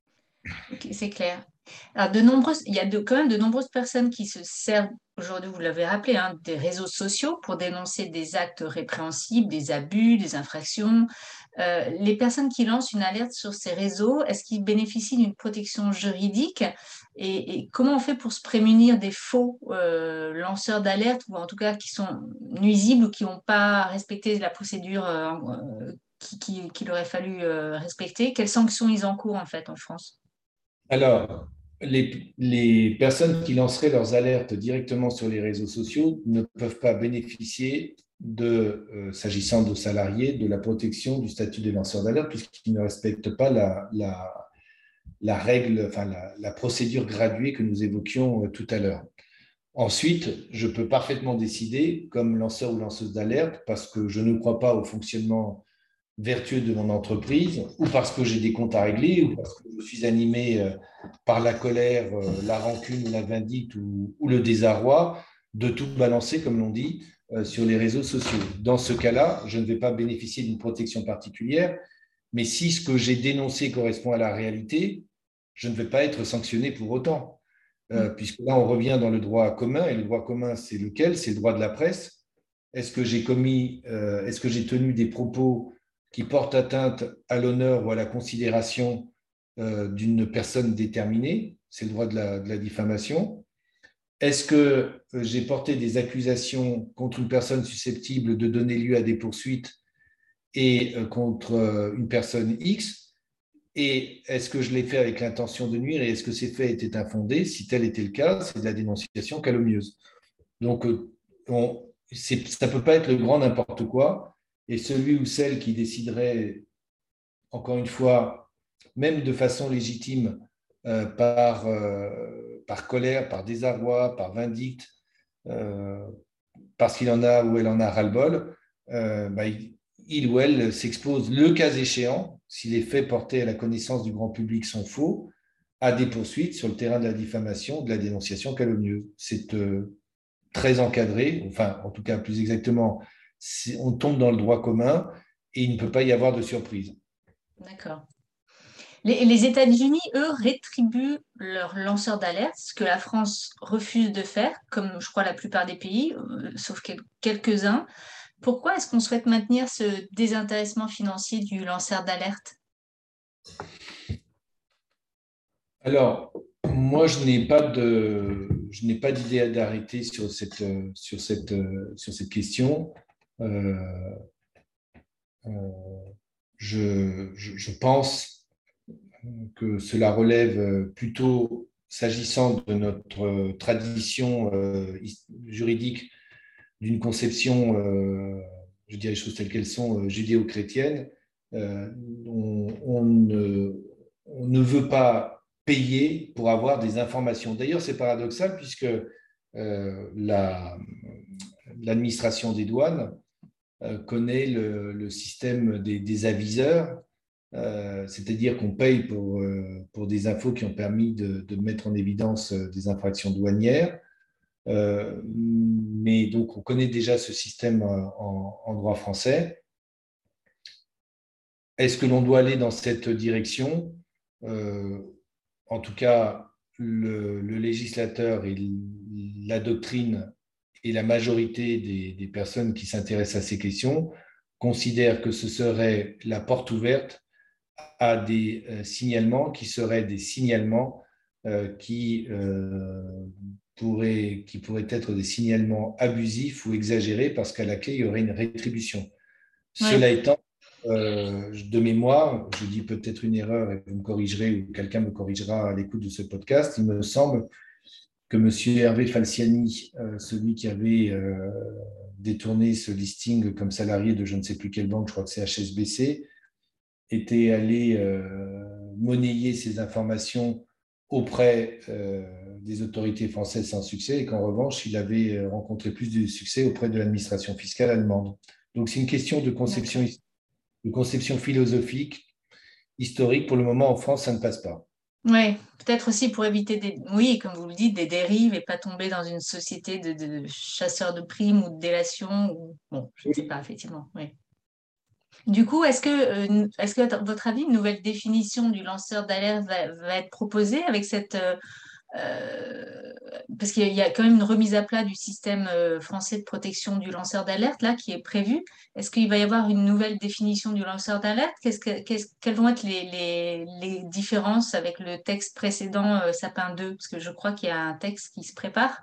Ok, c'est clair. Alors, de nombreuses, il y a de, quand même de nombreuses personnes qui se servent, aujourd'hui, vous l'avez rappelé, hein, des réseaux sociaux pour dénoncer des actes répréhensibles, des abus, des infractions. Euh, les personnes qui lancent une alerte sur ces réseaux, est-ce qu'ils bénéficient d'une protection juridique? Et, et comment on fait pour se prémunir des faux euh, lanceurs d'alerte, ou en tout cas qui sont nuisibles ou qui n'ont pas respecté la procédure euh, euh, qui- qui- qu'il aurait fallu euh, respecter? Quelles sanctions ils encourent en fait en France? Alors, les, les personnes qui lanceraient leurs alertes directement sur les réseaux sociaux ne peuvent pas bénéficier de, euh, s'agissant de salariés, de la protection du statut des lanceurs d'alerte, puisqu'ils ne respectent pas la, la, la règle, enfin la, la procédure graduée que nous évoquions euh, tout à l'heure. Ensuite, je peux parfaitement décider, comme lanceur ou lanceuse d'alerte, parce que je ne crois pas au fonctionnement vertueux de mon entreprise, ou parce que j'ai des comptes à régler, ou parce que je suis animé euh, par la colère, euh, la rancune, la vindicte ou, ou le désarroi, de tout balancer, comme l'on dit, euh, sur les réseaux sociaux. Dans ce cas-là, je ne vais pas bénéficier d'une protection particulière, mais si ce que j'ai dénoncé correspond à la réalité, je ne vais pas être sanctionné pour autant. Euh, puisque là, on revient dans le droit commun, et le droit commun, c'est lequel? C'est le droit de la presse. Est-ce que j'ai commis, euh, est-ce que j'ai tenu des propos qui portent atteinte à l'honneur ou à la considération euh, d'une personne déterminée? C'est le droit de la, de la diffamation. Est-ce que euh, j'ai porté des accusations contre une personne susceptible de donner lieu à des poursuites et euh, contre euh, une personne X? Et est-ce que je l'ai fait avec l'intention de nuire et est-ce que ces faits étaient infondés? Si tel était le cas, c'est de la dénonciation calomnieuse. Donc, on, c'est, ça ne peut pas être le grand n'importe quoi. Et celui ou celle qui déciderait, encore une fois, même de façon légitime, euh, par, euh, par colère, par désarroi, par vindicte, euh, parce qu'il en a ou elle en a ras-le-bol, euh, bah, il, il ou elle s'expose, le cas échéant, si les faits portés à la connaissance du grand public sont faux, à des poursuites sur le terrain de la diffamation, de la dénonciation calomnieuse. C'est euh, très encadré, enfin, en tout cas, plus exactement, on tombe dans le droit commun et il ne peut pas y avoir de surprise. D'accord. Les, les États-Unis, eux, rétribuent leurs lanceurs d'alerte, ce que la France refuse de faire, comme je crois la plupart des pays, euh, sauf quel- quelques-uns. Pourquoi est-ce qu'on souhaite maintenir ce désintéressement financier du lanceur d'alerte? Alors, moi, je n'ai pas de, je n'ai pas d'idée d'arrêter sur cette, sur cette, sur cette question. Euh, euh, je, je, je pense que cela relève plutôt, s'agissant de notre tradition euh, juridique, d'une conception, euh, je dirais les choses telles qu'elles sont, euh, judéo-chrétiennes. Euh, on, on, ne, on ne veut pas payer pour avoir des informations. D'ailleurs, c'est paradoxal puisque euh, la, l'administration des douanes euh, connaît le, le système des, des aviseurs, euh, c'est-à-dire qu'on paye pour, euh, pour des infos qui ont permis de, de mettre en évidence des infractions douanières. Euh, mais donc, on connaît déjà ce système en, en droit français. Est-ce que l'on doit aller dans cette direction? Euh, En tout cas, le, le législateur et la doctrine et la majorité des, des personnes qui s'intéressent à ces questions considèrent que ce serait la porte ouverte à des euh, signalements qui seraient des signalements euh, qui, euh, pourraient, qui pourraient être des signalements abusifs ou exagérés parce qu'à la clé, il y aurait une rétribution. Oui. Cela étant, euh, de mémoire, je dis peut-être une erreur et vous me corrigerez ou quelqu'un me corrigera à l'écoute de ce podcast, il me semble que M. Hervé Falciani, euh, celui qui avait euh, détourné ce listing comme salarié de je ne sais plus quelle banque, je crois que c'est H S B C, était allé euh, monnayer ces informations auprès euh, des autorités françaises sans succès et qu'en revanche, il avait rencontré plus de succès auprès de l'administration fiscale allemande. Donc, c'est une question de conception, de conception philosophique, historique. Pour le moment, en France, ça ne passe pas. Oui, peut-être aussi pour éviter des, oui, comme vous le dites, des dérives et pas tomber dans une société de, de chasseurs de primes ou de délation ou bon, je ne sais Oui. pas, effectivement. Oui. Du coup, est-ce que, euh, est-ce que, à votre avis, une nouvelle définition du lanceur d'alerte va, va être proposée avec cette, euh, euh, parce qu'il y a il y a quand même une remise à plat du système euh, français de protection du lanceur d'alerte là qui est prévue. Est-ce qu'il va y avoir une nouvelle définition du lanceur d'alerte? Qu'est-ce que, qu'est-ce- quelles vont être les, les- les différences avec le texte précédent euh, Sapin deux? Parce que je crois qu'il y a un texte qui se prépare.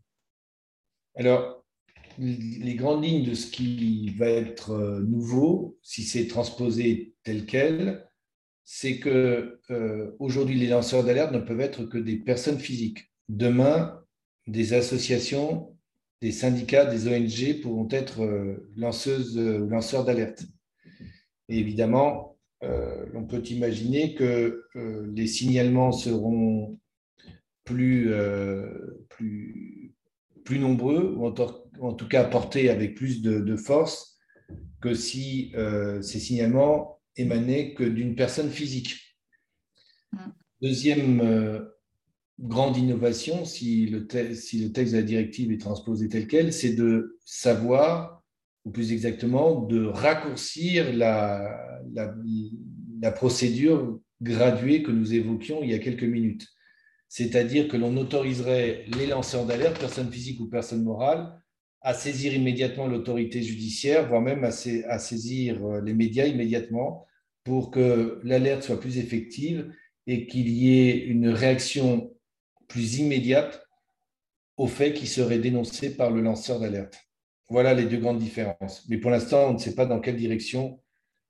Alors, les grandes lignes de ce qui va être euh, nouveau, si c'est transposé tel quel, c'est que euh, aujourd'hui les lanceurs d'alerte ne peuvent être que des personnes physiques. Demain, des associations, des syndicats, des O N G pourront être euh, lanceuses euh, ou lanceurs d'alerte. Et évidemment, euh, on peut imaginer que euh, les signalements seront plus, euh, plus, plus nombreux, ou en, en, tout cas portés avec plus de, de force que si euh, ces signalements émanaient que d'une personne physique. Mm. Deuxième euh, grande innovation, si le, te- si le texte de la directive est transposé tel quel, c'est de savoir, ou plus exactement, de raccourcir la, la, la procédure graduée que nous évoquions il y a quelques minutes. C'est-à-dire que l'on autoriserait les lanceurs d'alerte, personnes physiques ou personnes morales, à saisir immédiatement l'autorité judiciaire, voire même à, à saisir les médias immédiatement pour que l'alerte soit plus effective et qu'il y ait une réaction plus immédiate aux faits qui seraient dénoncés par le lanceur d'alerte. Voilà les deux grandes différences. Mais pour l'instant, on ne sait pas dans quelle direction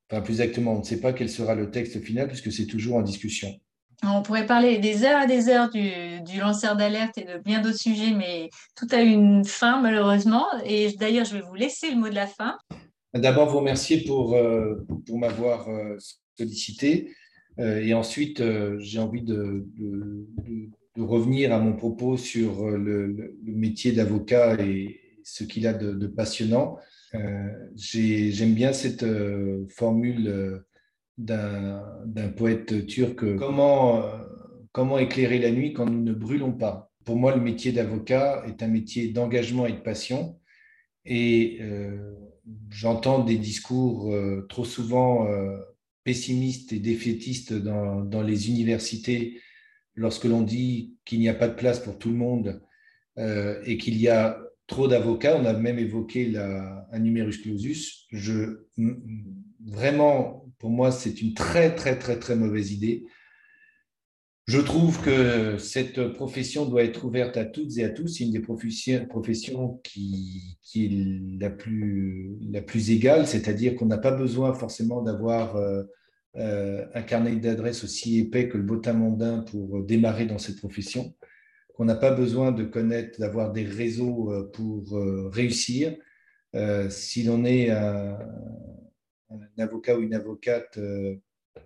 Enfin, plus exactement, on ne sait pas quel sera le texte final puisque c'est toujours en discussion. On pourrait parler des heures et des heures du, du lanceur d'alerte et de bien d'autres sujets, mais tout a une fin malheureusement. Et d'ailleurs, je vais vous laisser le mot de la fin. D'abord, vous remercier pour, euh, pour m'avoir euh, sollicité. Euh, et ensuite, euh, j'ai envie de, de, de- de revenir à mon propos sur le, le- le métier d'avocat et ce qu'il a de, de passionnant. Euh, j'ai- j'aime bien cette euh, formule euh, d'un, d'un poète turc. Comment, euh, comment éclairer la nuit quand nous ne brûlons pas? Pour moi, le métier d'avocat est un métier d'engagement et de passion. Et euh, j'entends des discours euh, trop souvent euh, pessimistes et défaitistes dans, dans les universités lorsque l'on dit qu'il n'y a pas de place pour tout le monde euh, et qu'il y a trop d'avocats. On a même évoqué la, un numerus clausus. Je, vraiment, pour moi, c'est une très, très, très, très mauvaise idée. Je trouve que cette profession doit être ouverte à toutes et à tous. C'est une des professions qui, qui est la plus, la plus égale, c'est-à-dire qu'on n'a pas besoin forcément d'avoir euh, euh, un carnet d'adresses aussi épais que le bottin mondain pour démarrer dans cette profession, qu'on n'a pas besoin de connaître, d'avoir des réseaux euh, pour euh, réussir. Euh, si l'on est un, un avocat ou une avocate euh,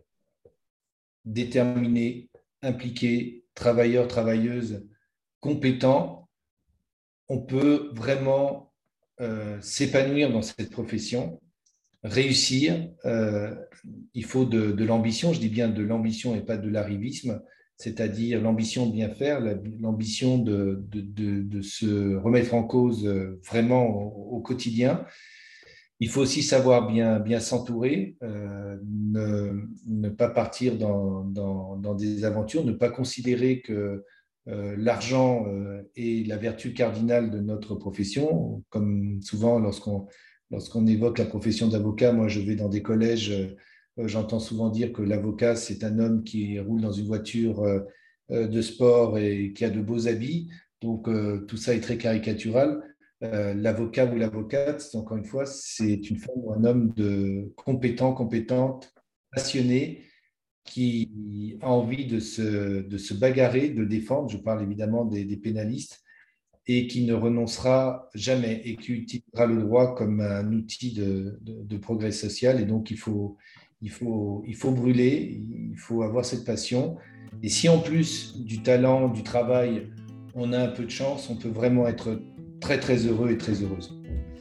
déterminé, impliqué, travailleur, travailleuse, compétent, on peut vraiment euh, s'épanouir dans cette profession, réussir. Euh, il faut de, de l'ambition, je dis bien de l'ambition et pas de l'arrivisme, c'est-à-dire l'ambition de bien faire, l'ambition de, de, de, de se remettre en cause vraiment au, au quotidien. Il faut aussi savoir bien, bien s'entourer, euh, ne, ne pas partir dans, dans, dans des aventures, ne pas considérer que euh, l'argent euh, est la vertu cardinale de notre profession. Comme souvent, lorsqu'on lorsqu'on évoque la profession d'avocat, moi je vais dans des collèges, euh, j'entends souvent dire que l'avocat, c'est un homme qui roule dans une voiture euh, de sport et qui a de beaux habits. Donc euh, tout ça est très caricatural. Euh, l'avocat ou l'avocate, encore une fois, c'est une femme ou un homme de compétent, compétente, passionné, qui a envie de se, de se bagarrer, de défendre. Je parle évidemment des, des pénalistes et qui ne renoncera jamais et qui utilisera le droit comme un outil de, de, de progrès social. Et donc, il faut, il, faut, il faut brûler, il faut avoir cette passion. Et si en plus du talent, du travail, on a un peu de chance, on peut vraiment être très, très heureux et très heureuse.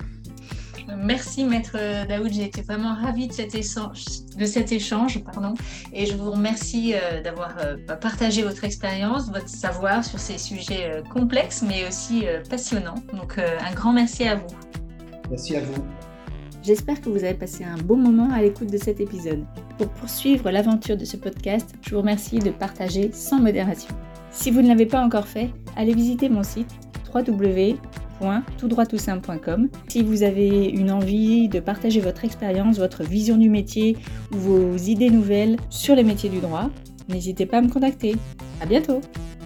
Merci Maître Daoud, j'ai été vraiment ravie de cet échange, de cet échange pardon, et je vous remercie euh, d'avoir euh, partagé votre expérience, votre savoir sur ces sujets euh, complexes mais aussi euh, passionnants. Donc euh, un grand merci à vous. Merci à vous. J'espère que vous avez passé un bon moment à l'écoute de cet épisode. Pour poursuivre l'aventure de ce podcast, je vous remercie de partager sans modération. Si vous ne l'avez pas encore fait, allez visiter mon site w w w point tout droit tout simple point com. Si vous avez une envie de partager votre expérience, votre vision du métier ou vos idées nouvelles sur les métiers du droit, n'hésitez pas à me contacter. À bientôt!